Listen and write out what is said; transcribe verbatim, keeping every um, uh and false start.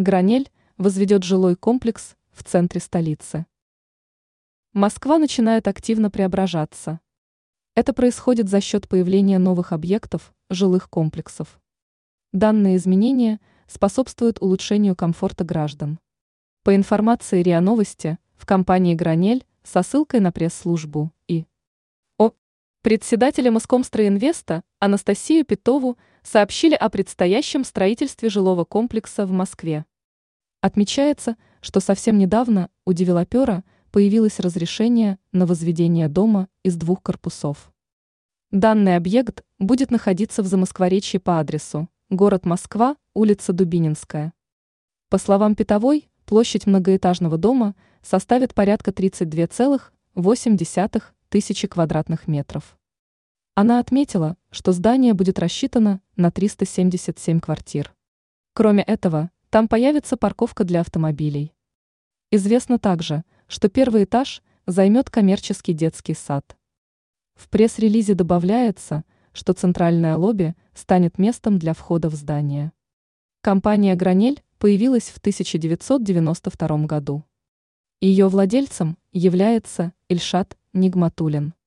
Гранель возведет жилой комплекс в центре столицы. Москва начинает активно преображаться. Это происходит за счет появления новых объектов, жилых комплексов. Данные изменения способствуют улучшению комфорта граждан. По информации РИА Новости, в компании «Гранель» со ссылкой на пресс-службу и о председателя Москомстройинвеста Анастасию Петову сообщили о предстоящем строительстве жилого комплекса в Москве. Отмечается, что совсем недавно у девелопера появилось разрешение на возведение дома из двух корпусов. Данный объект будет находиться в Замоскворечье по адресу город Москва, улица Дубининская. По словам Петовой, площадь многоэтажного дома составит порядка тридцать две целых восемь десятых тысячи квадратных метров. Она отметила, что здание будет рассчитано на триста семьдесят семь квартир. Кроме этого, там появится парковка для автомобилей. Известно также, что первый этаж займет коммерческий детский сад. В пресс-релизе добавляется, что центральное лобби станет местом для входа в здание. Компания «Гранель» появилась в тысяча девятьсот девяносто втором году. Ее владельцем является Ильшат Нигматуллин.